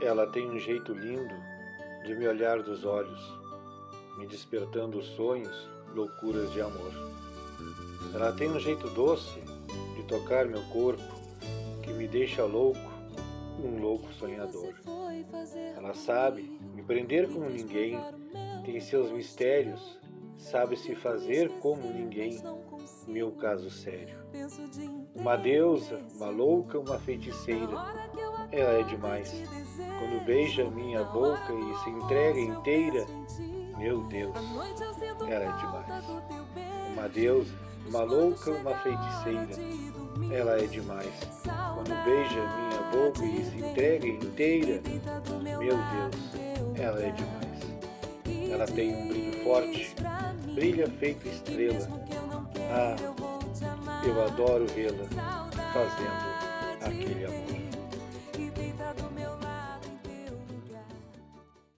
Ela tem um jeito lindo de me olhar dos olhos, me despertando sonhos, loucuras de amor. Ela tem um jeito doce de tocar meu corpo, que me deixa louco, um louco sonhador. Ela sabe me prender como ninguém, tem seus mistérios, sabe se fazer como ninguém, meu caso sério. Uma deusa, uma louca, uma feiticeira, ela é demais. Quando beija minha boca e se entrega inteira, meu Deus, ela é demais. Uma deusa, uma louca, uma feiticeira, ela é demais. Quando beija minha boca e se entrega inteira, meu Deus, ela é demais. Ela tem um brilho forte, brilha feito estrela. Ah, eu adoro vê-la fazendo aquele amor.